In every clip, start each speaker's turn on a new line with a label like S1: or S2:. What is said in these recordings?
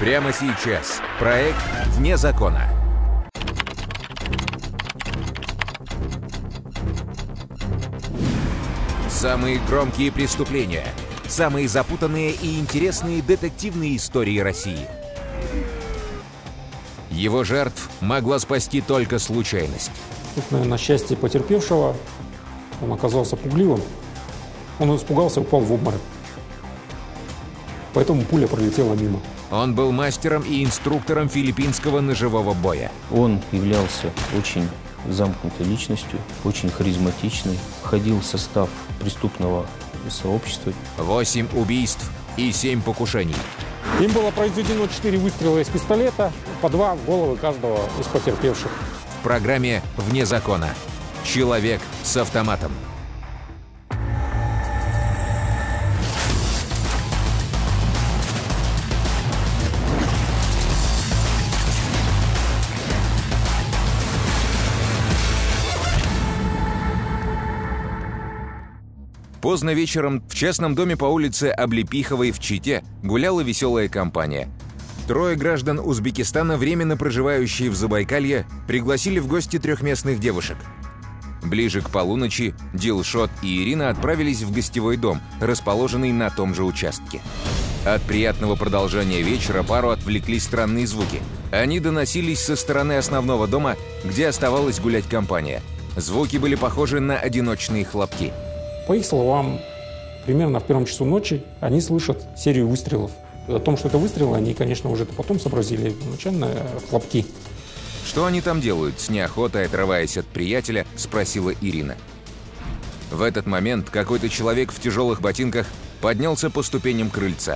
S1: Прямо сейчас. Проект «Вне закона». Самые громкие преступления. Самые запутанные и интересные детективные истории России. Его жертв могла спасти только случайность.
S2: Тут, наверное, счастье потерпевшего. Он оказался пугливым. Он испугался и упал в обморок. Поэтому пуля пролетела мимо.
S1: Он был мастером и инструктором филиппинского ножевого боя.
S3: Он являлся очень замкнутой личностью, очень харизматичной, входил в состав преступного сообщества.
S1: 8 убийств и 7 покушений.
S2: Им было произведено 4 выстрела из пистолета, по 2 в головы каждого из потерпевших.
S1: В программе «Вне закона». Человек с автоматом. Поздно вечером в частном доме по улице Облепиховой в Чите гуляла веселая компания. 3 граждан Узбекистана, временно проживающие в Забайкалье, пригласили в гости 3 местных девушек. Ближе к полуночи Дилшот и Ирина отправились в гостевой дом, расположенный на том же участке. От приятного продолжения вечера пару отвлекли странные звуки. Они доносились со стороны основного дома, где оставалась гулять компания. Звуки были похожи на одиночные хлопки.
S2: По их словам, примерно в 1 часу ночи они слышат серию выстрелов. О том, что это выстрелы, они, конечно, уже потом сообразили. Начально хлопки.
S1: «Что они там делают?» — с неохотой, отрываясь от приятеля, спросила Ирина. В этот момент какой-то человек в тяжелых ботинках поднялся по ступеням крыльца.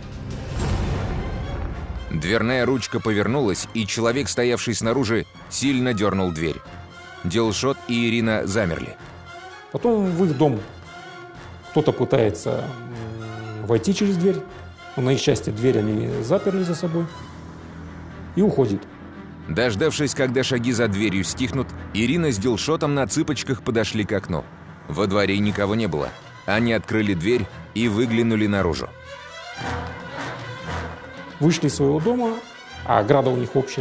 S1: Дверная ручка повернулась, и человек, стоявший снаружи, сильно дернул дверь. Дилшот и Ирина замерли.
S2: Потом в их дом кто-то пытается войти через дверь. Но на их счастье дверь они заперли за собой и уходит.
S1: Дождавшись, когда шаги за дверью стихнут, Ирина с Дилшотом на цыпочках подошли к окну. Во дворе никого не было. Они открыли дверь и выглянули наружу.
S2: Вышли из своего дома, а ограда у них общая.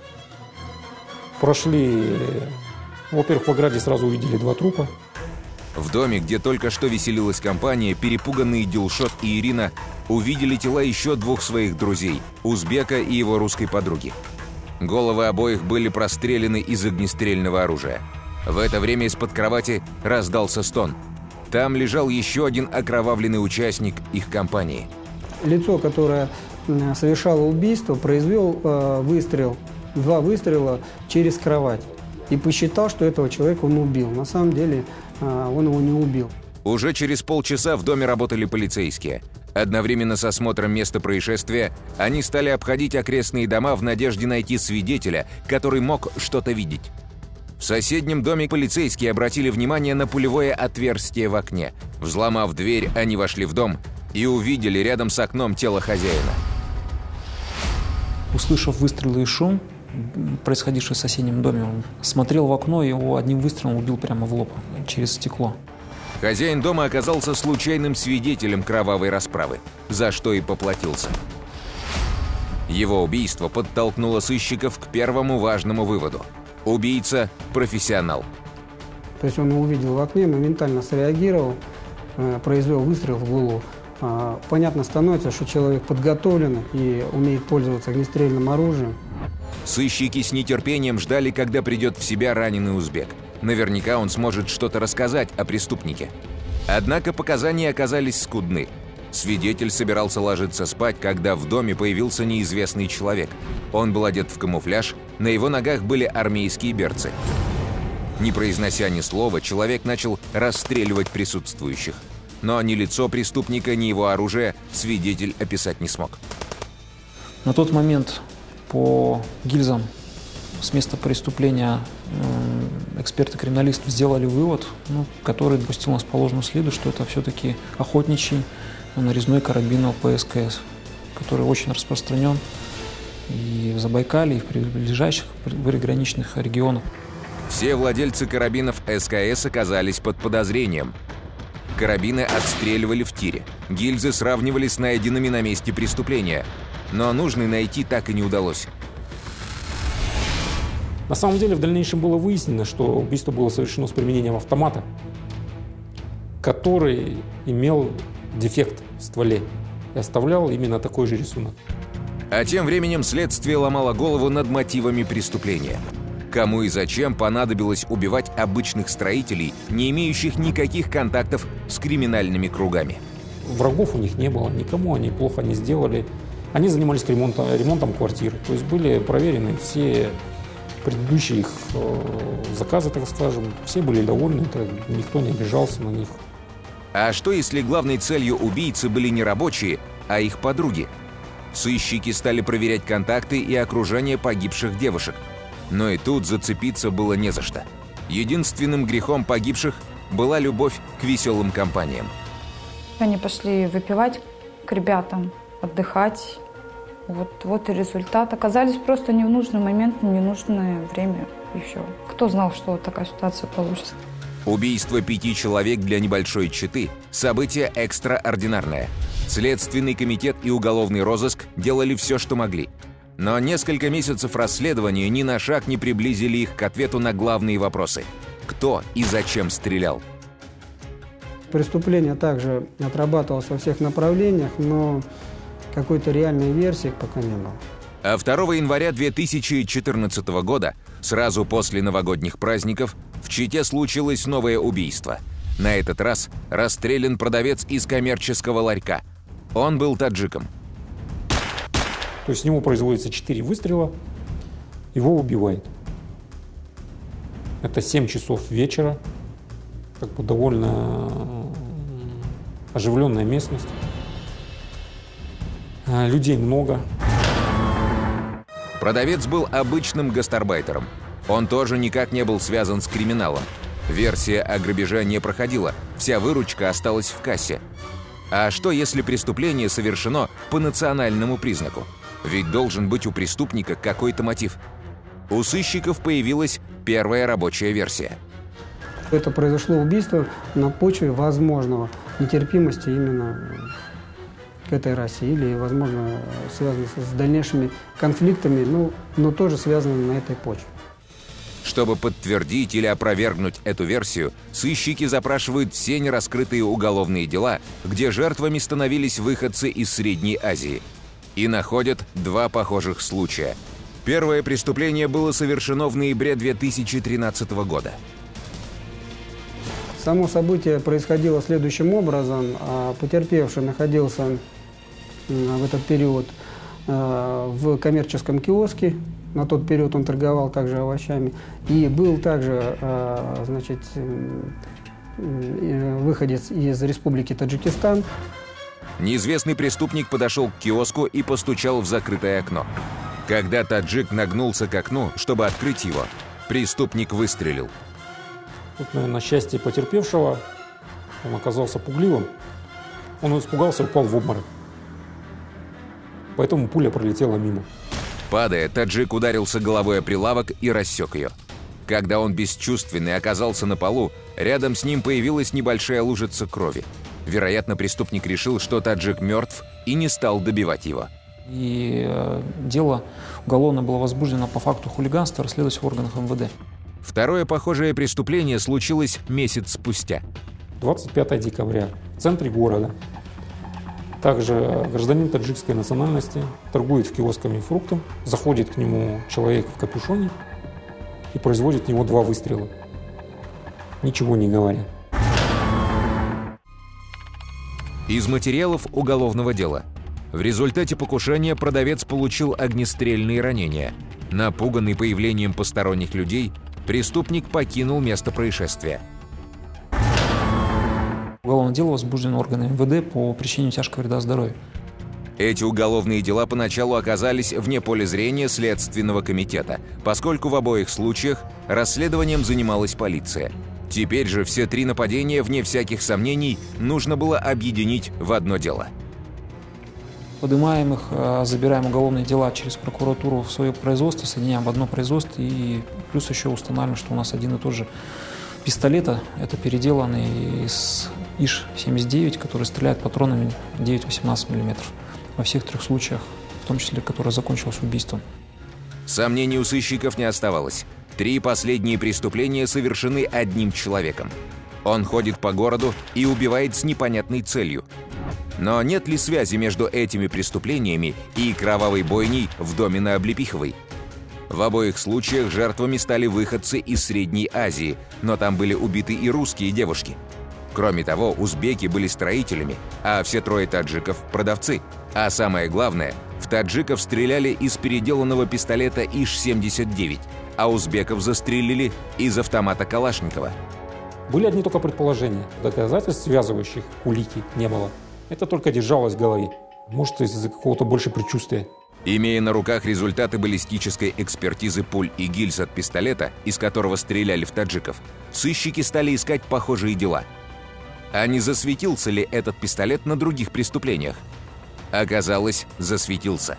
S2: Прошли, во-первых, в ограде сразу увидели 2 трупа.
S1: В доме, где только что веселилась компания, перепуганные Дилшот и Ирина увидели тела еще 2 своих друзей – узбека и его русской подруги. Головы обоих были прострелены из огнестрельного оружия. В это время из-под кровати раздался стон. Там лежал еще один окровавленный участник их компании.
S4: Лицо, которое совершало убийство, произвел выстрел, 2 выстрела через кровать. И посчитал, что этого человека он убил. На самом деле он его не убил.
S1: Уже через полчаса в доме работали полицейские. Одновременно с осмотром места происшествия они стали обходить окрестные дома в надежде найти свидетеля, который мог что-то видеть. В соседнем доме полицейские обратили внимание на пулевое отверстие в окне. Взломав дверь, они вошли в дом и увидели рядом с окном тело хозяина.
S5: Услышав выстрелы и шум, происходивший в соседнем доме, он смотрел в окно и его одним выстрелом убил прямо в лоб, через стекло.
S1: Хозяин дома оказался случайным свидетелем кровавой расправы, за что и поплатился. Его убийство подтолкнуло сыщиков к первому важному выводу. Убийца – профессионал.
S4: То есть он увидел в окне, моментально среагировал, произвел выстрел в голову. Понятно становится, что человек подготовлен и умеет пользоваться огнестрельным оружием.
S1: Сыщики с нетерпением ждали, когда придет в себя раненый узбек. Наверняка он сможет что-то рассказать о преступнике. Однако показания оказались скудны. Свидетель собирался ложиться спать, когда в доме появился неизвестный человек. Он был одет в камуфляж, на его ногах были армейские берцы. Не произнося ни слова, человек начал расстреливать присутствующих. Но ни лицо преступника, ни его оружие свидетель описать не смог.
S5: На тот момент по гильзам с места преступления эксперты-криминалисты сделали вывод, который допустил нас по ложному следу, что это все-таки охотничий нарезной карабин ЛП-СКС, который очень распространен и в Забайкалье, и в ближайших приграничных регионах.
S1: Все владельцы карабинов СКС оказались под подозрением. Карабины отстреливали в тире. Гильзы сравнивали с найденными на месте преступления. но нужный найти так и не удалось.
S2: На самом деле в дальнейшем было выяснено, что убийство было совершено с применением автомата, который имел дефект в стволе и оставлял именно такой же рисунок.
S1: А тем временем следствие ломало голову над мотивами преступления. Кому и зачем понадобилось убивать обычных строителей, не имеющих никаких контактов с криминальными кругами?
S2: Врагов у них не было, никому они плохо не сделали. Они занимались ремонтом квартир, то есть были проверены все предыдущие их заказы, так скажем. Все были довольны, никто не обижался на них.
S1: А что, если главной целью убийцы были не рабочие, а их подруги? Сыщики стали проверять контакты и окружение погибших девушек. Но и тут зацепиться было не за что. Единственным грехом погибших была любовь к веселым компаниям.
S6: Они пошли выпивать к ребятам, отдыхать. Вот и результат. Оказались просто не в нужный момент, в ненужное время. И все. Кто знал, что вот такая ситуация получится?
S1: Убийство 5 человек для небольшой четы – событие экстраординарное. Следственный комитет и уголовный розыск делали все, что могли. Но несколько месяцев расследования ни на шаг не приблизили их к ответу на главные вопросы. Кто и зачем стрелял?
S4: Преступление также отрабатывалось во всех направлениях, но какой-то реальной версии пока не было.
S1: А 2 января 2014 года, сразу после новогодних праздников, в Чите случилось новое убийство. На этот раз расстрелян продавец из коммерческого ларька. Он был таджиком.
S2: То есть с него производится 4 выстрела, его убивают. Это 7 часов вечера, довольно оживленная местность. Людей много.
S1: Продавец был обычным гастарбайтером. Он тоже никак не был связан с криминалом. Версия о грабеже не проходила, вся выручка осталась в кассе. А что, если преступление совершено по национальному признаку? Ведь должен быть у преступника какой-то мотив. У сыщиков появилась первая рабочая версия.
S4: Это произошло убийство на почве возможного нетерпимости именно к этой расе или, возможно, связано с дальнейшими конфликтами, но тоже связано на этой почве.
S1: Чтобы подтвердить или опровергнуть эту версию, сыщики запрашивают все нераскрытые уголовные дела, где жертвами становились выходцы из Средней Азии. И находят 2 похожих случая. Первое преступление было совершено в ноябре 2013 года.
S4: Само событие происходило следующим образом. Потерпевший находился в этот период в коммерческом киоске. На тот период он торговал также овощами. И был также выходец из Республики Таджикистан.
S1: Неизвестный преступник подошел к киоску и постучал в закрытое окно. Когда таджик нагнулся к окну, чтобы открыть его, преступник выстрелил.
S2: Тут, наверное, счастье потерпевшего, он оказался пугливым. Он испугался и упал в обморок. Поэтому пуля пролетела мимо.
S1: Падая, таджик ударился головой о прилавок и рассек ее. Когда он бесчувственный оказался на полу, рядом с ним появилась небольшая лужица крови. Вероятно, преступник решил, что таджик мертв, и не стал добивать его.
S5: И дело уголовное было возбуждено по факту хулиганства, расследовать в органах МВД.
S1: Второе похожее преступление случилось месяц спустя.
S2: 25 декабря в центре города. Также гражданин таджикской национальности торгует в киосками фруктом, заходит к нему человек в капюшоне и производит в него 2 выстрела, ничего не говоря.
S1: Из материалов уголовного дела. В результате покушения продавец получил огнестрельные ранения. Напуганный появлением посторонних людей, преступник покинул место происшествия.
S5: Уголовное дело возбуждено органами МВД по причине тяжкого вреда здоровью.
S1: Эти уголовные дела поначалу оказались вне поля зрения Следственного комитета, поскольку в обоих случаях расследованием занималась полиция. Теперь же все 3 нападения, вне всяких сомнений, нужно было объединить в одно дело.
S5: Поднимаем их, забираем уголовные дела через прокуратуру в свое производство, соединяем в одно производство, и плюс еще устанавливаем, что у нас один и тот же пистолет, это переделанный из ИШ-79, который стреляет патронами 9,18 мм. Во всех 3 случаях в том числе, которая закончилась убийством.
S1: Сомнений у сыщиков не оставалось. 3 последние преступления совершены одним человеком. Он ходит по городу и убивает с непонятной целью. Но нет ли связи между этими преступлениями и кровавой бойней в доме на Облепиховой? В обоих случаях жертвами стали выходцы из Средней Азии, но там были убиты и русские девушки. Кроме того, узбеки были строителями, а все 3 таджиков – продавцы. А самое главное, в таджиков стреляли из переделанного пистолета ИШ-79, а узбеков застрелили из автомата Калашникова.
S2: Были одни только предположения. Доказательств, связывающих улики, не было. Это только держалось в голове. Может, из-за какого-то больше предчувствия.
S1: Имея на руках результаты баллистической экспертизы пуль и гильз от пистолета, из которого стреляли в таджиков, сыщики стали искать похожие дела. А не засветился ли этот пистолет на других преступлениях? Оказалось, засветился.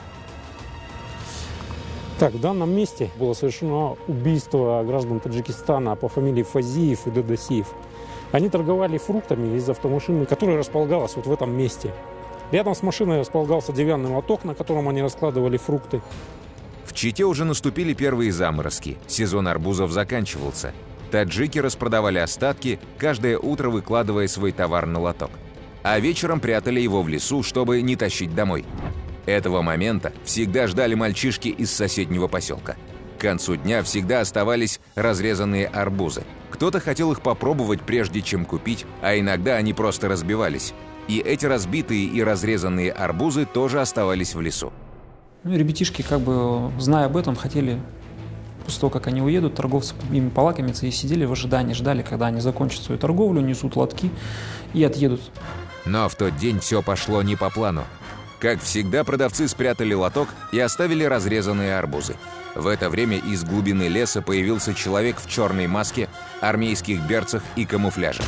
S2: Так, в данном месте было совершено убийство граждан Таджикистана по фамилии Фазиев и Дадасиев. Они торговали фруктами из автомашины, которая располагалась вот в этом месте. Рядом с машиной располагался деревянный лоток, на котором они раскладывали фрукты.
S1: В Чите уже наступили первые заморозки. Сезон арбузов заканчивался. Таджики распродавали остатки, каждое утро выкладывая свой товар на лоток. А вечером прятали его в лесу, чтобы не тащить домой. Этого момента всегда ждали мальчишки из соседнего поселка. К концу дня всегда оставались разрезанные арбузы. Кто-то хотел их попробовать, прежде чем купить, а иногда они просто разбивались. И эти разбитые и разрезанные арбузы тоже оставались в лесу.
S5: Ребятишки, зная об этом, хотели, после того, как они уедут, торговцы ими полакомиться и сидели в ожидании, ждали, когда они закончат свою торговлю, несут лотки и отъедут.
S1: Но в тот день все пошло не по плану. Как всегда, продавцы спрятали лоток и оставили разрезанные арбузы. В это время из глубины леса появился человек в черной маске, армейских берцах и камуфляже.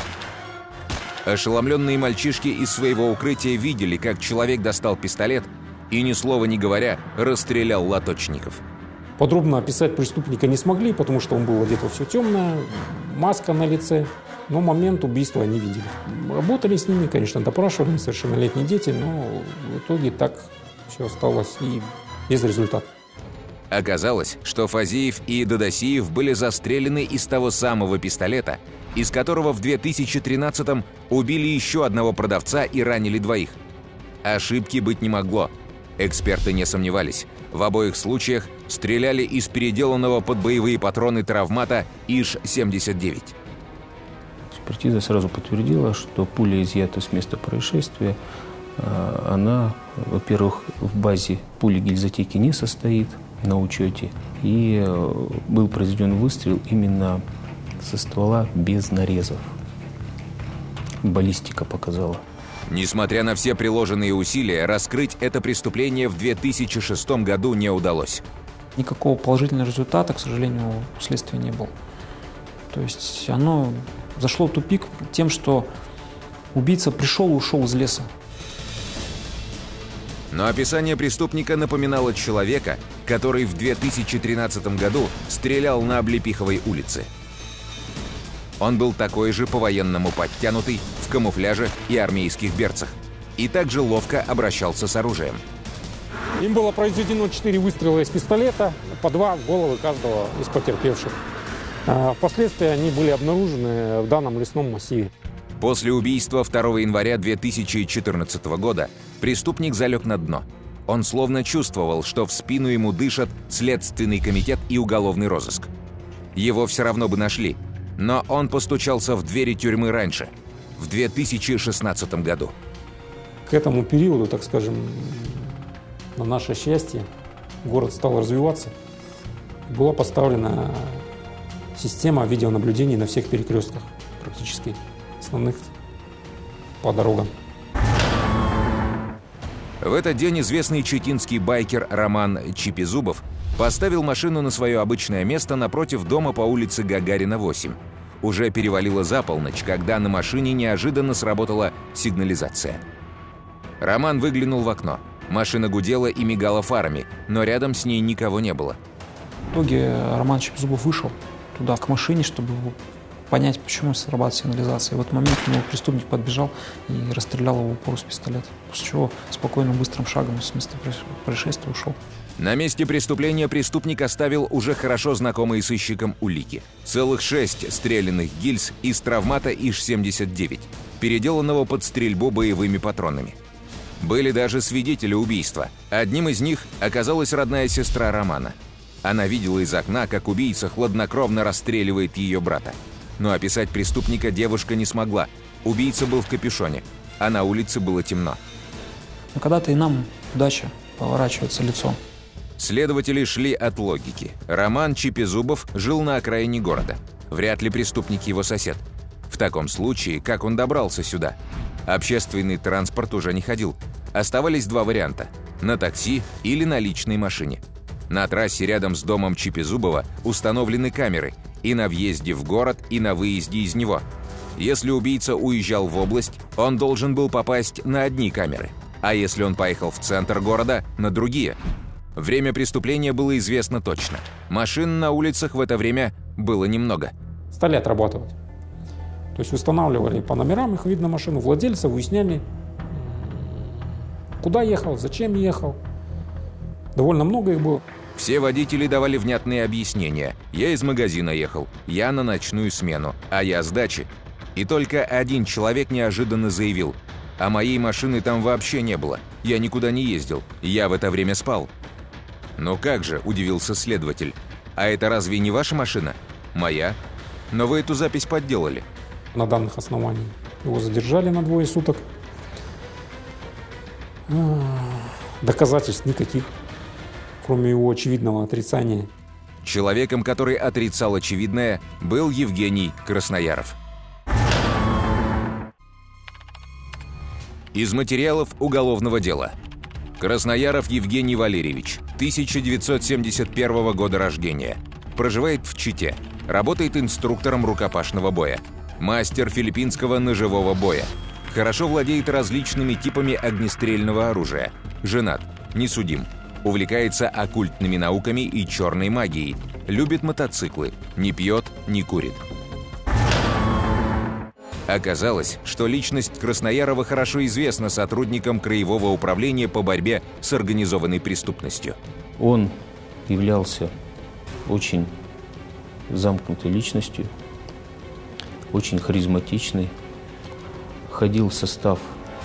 S1: Ошеломленные мальчишки из своего укрытия видели, как человек достал пистолет и, ни слова не говоря, расстрелял лоточников.
S2: Подробно описать преступника не смогли, потому что он был одет во все темное, маска на лице, но момент убийства они видели. Работали с ними, конечно, допрашивали, несовершеннолетние дети, но в итоге так все осталось и без результата.
S1: Оказалось, что Фазиев и Дадасиев были застрелены из того самого пистолета, из которого в 2013-м убили еще одного продавца и ранили 2. Ошибки быть не могло. Эксперты не сомневались. В обоих случаях стреляли из переделанного под боевые патроны травмата ИШ-79.
S3: Экспертиза сразу подтвердила, что пуля изъята с места происшествия. Она, во-первых, в базе пули гильзотеки не состоит на учете. И был произведен выстрел именно со ствола без нарезов. Баллистика показала.
S1: Несмотря на все приложенные усилия, раскрыть это преступление в 2006 году не удалось.
S5: Никакого положительного результата, к сожалению, у следствия не было. То есть оно зашло в тупик тем, что убийца пришел и ушел из леса.
S1: Но описание преступника напоминало человека, который в 2013 году стрелял на Облепиховой улице. Он был такой же по-военному подтянутый, в камуфляже и армейских берцах. И также ловко обращался с оружием.
S2: Им было произведено 4 выстрела из пистолета, по 2 в головы каждого из потерпевших. Впоследствии они были обнаружены в данном лесном массиве.
S1: После убийства 2 января 2014 года преступник залег на дно. Он словно чувствовал, что в спину ему дышат Следственный комитет и уголовный розыск. Его все равно бы нашли, но он постучался в двери тюрьмы раньше, в 2016 году.
S2: К этому периоду, так скажем, на наше счастье, город стал развиваться. Была поставлена система видеонаблюдений на всех перекрестках, практически основных по дорогам.
S1: В этот день известный читинский байкер Роман Чипизубов поставил машину на свое обычное место напротив дома по улице Гагарина, 8. Уже перевалило за полночь, когда на машине неожиданно сработала сигнализация. Роман выглянул в окно. Машина гудела и мигала фарами, но рядом с ней никого не было.
S5: В итоге Роман Чипизубов вышел туда, к машине, чтобы понять, почему срабатывает сигнализация. И в этот момент к нему преступник подбежал и расстрелял его в упор с пистолета. После чего спокойным быстрым шагом с места происшествия ушел.
S1: На месте преступления преступник оставил уже хорошо знакомые сыщикам улики. Целых 6 стрелянных гильз из травмата ИЖ-79, переделанного под стрельбу боевыми патронами. Были даже свидетели убийства. Одним из них оказалась родная сестра Романа. Она видела из окна, как убийца хладнокровно расстреливает ее брата. Но описать преступника девушка не смогла. Убийца был в капюшоне, а на улице было темно.
S5: Но когда-то и нам удача поворачивается лицом.
S1: Следователи шли от логики. Роман Чипизубов жил на окраине города. Вряд ли преступник его сосед. В таком случае, как он добрался сюда? Общественный транспорт уже не ходил. Оставались два варианта – на такси или на личной машине. На трассе рядом с домом Чипизубова установлены камеры и на въезде в город, и на выезде из него. Если убийца уезжал в область, он должен был попасть на одни камеры. А если он поехал в центр города – на другие. Время преступления было известно точно. Машин на улицах в это время было немного.
S2: Стали отрабатывать. То есть устанавливали по номерам, их видно машину, владельца, выясняли, куда ехал, зачем ехал. Довольно много их было.
S1: Все водители давали внятные объяснения. Я из магазина ехал, я на ночную смену, а я с дачи. И только один человек неожиданно заявил: а моей машины там вообще не было, я никуда не ездил, я в это время спал. «Ну как же», – удивился следователь, – «а это разве не ваша машина?» «Моя. Но вы эту запись подделали».
S2: На данных основаниях его задержали на 2 суток. Доказательств никаких, кроме его очевидного отрицания.
S1: Человеком, который отрицал очевидное, был Евгений Краснояров. Из материалов уголовного дела. Краснояров Евгений Валерьевич, 1971 года рождения. Проживает в Чите. Работает инструктором рукопашного боя. Мастер филиппинского ножевого боя. Хорошо владеет различными типами огнестрельного оружия. Женат. Не судим. Увлекается оккультными науками и черной магией. Любит мотоциклы. Не пьет, не курит. Оказалось, что личность Красноярова хорошо известна сотрудникам Краевого управления по борьбе с организованной преступностью.
S3: Он являлся очень замкнутой личностью, очень харизматичный, входил в состав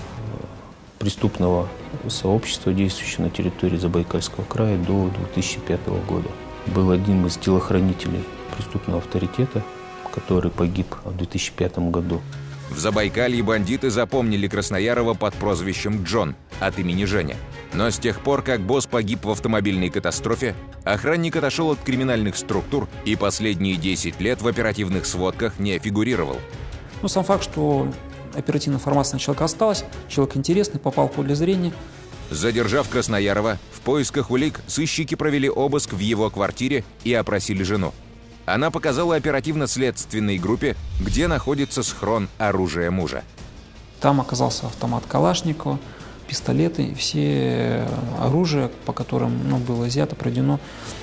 S3: преступного сообщества, действующего на территории Забайкальского края до 2005 года. Был одним из телохранителей преступного авторитета, который погиб в 2005 году.
S1: В Забайкалье бандиты запомнили Красноярова под прозвищем Джон от имени Женя. Но с тех пор, как босс погиб в автомобильной катастрофе, охранник отошел от криминальных структур и последние 10 лет в оперативных сводках не фигурировал.
S5: Но сам факт, что оперативная информация на человека осталась, человек интересный, попал в поле зрения.
S1: Задержав Красноярова, в поисках улик сыщики провели обыск в его квартире и опросили жену. Она показала оперативно-следственной группе, где находится схрон оружия мужа.
S5: Там оказался автомат Калашникова, пистолеты и все оружие, по которым было изъято, проведено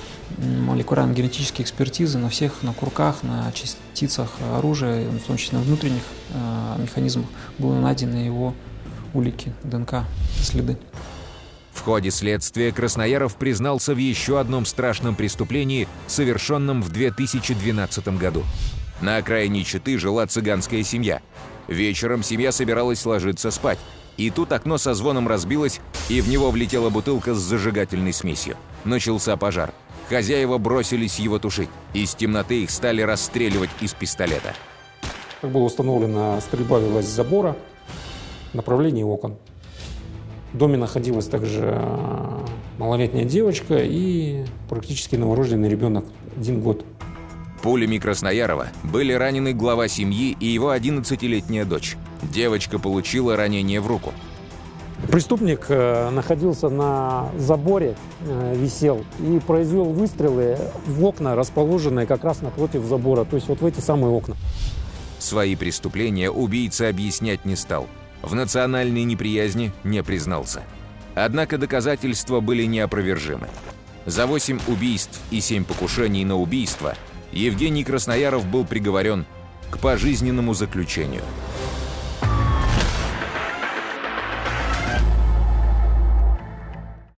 S5: молекулярно-генетические экспертизы на всех, на курках, на частицах оружия, в том числе на внутренних механизмах, были найдены его улики, ДНК, следы.
S1: В ходе следствия Краснояров признался в еще одном страшном преступлении, совершенном в 2012 году. На окраине Читы жила цыганская семья. Вечером семья собиралась ложиться спать. И тут окно со звоном разбилось, и в него влетела бутылка с зажигательной смесью. Начался пожар. Хозяева бросились его тушить. Из темноты их стали расстреливать из пистолета.
S2: Как было установлено, стрельба велась с забора в направлении окон. В доме находилась также малолетняя девочка и практически новорожденный ребенок, 1 год.
S1: Пулями Красноярова были ранены глава семьи и его 11-летняя дочь. Девочка получила ранение в руку.
S2: Преступник находился на заборе, висел и произвел выстрелы в окна, расположенные как раз напротив забора, то есть вот в эти самые окна.
S1: Свои преступления убийца объяснять не стал. В национальной неприязни не признался. Однако доказательства были неопровержимы. За 8 убийств и 7 покушений на убийство Евгений Краснояров был приговорен к пожизненному заключению.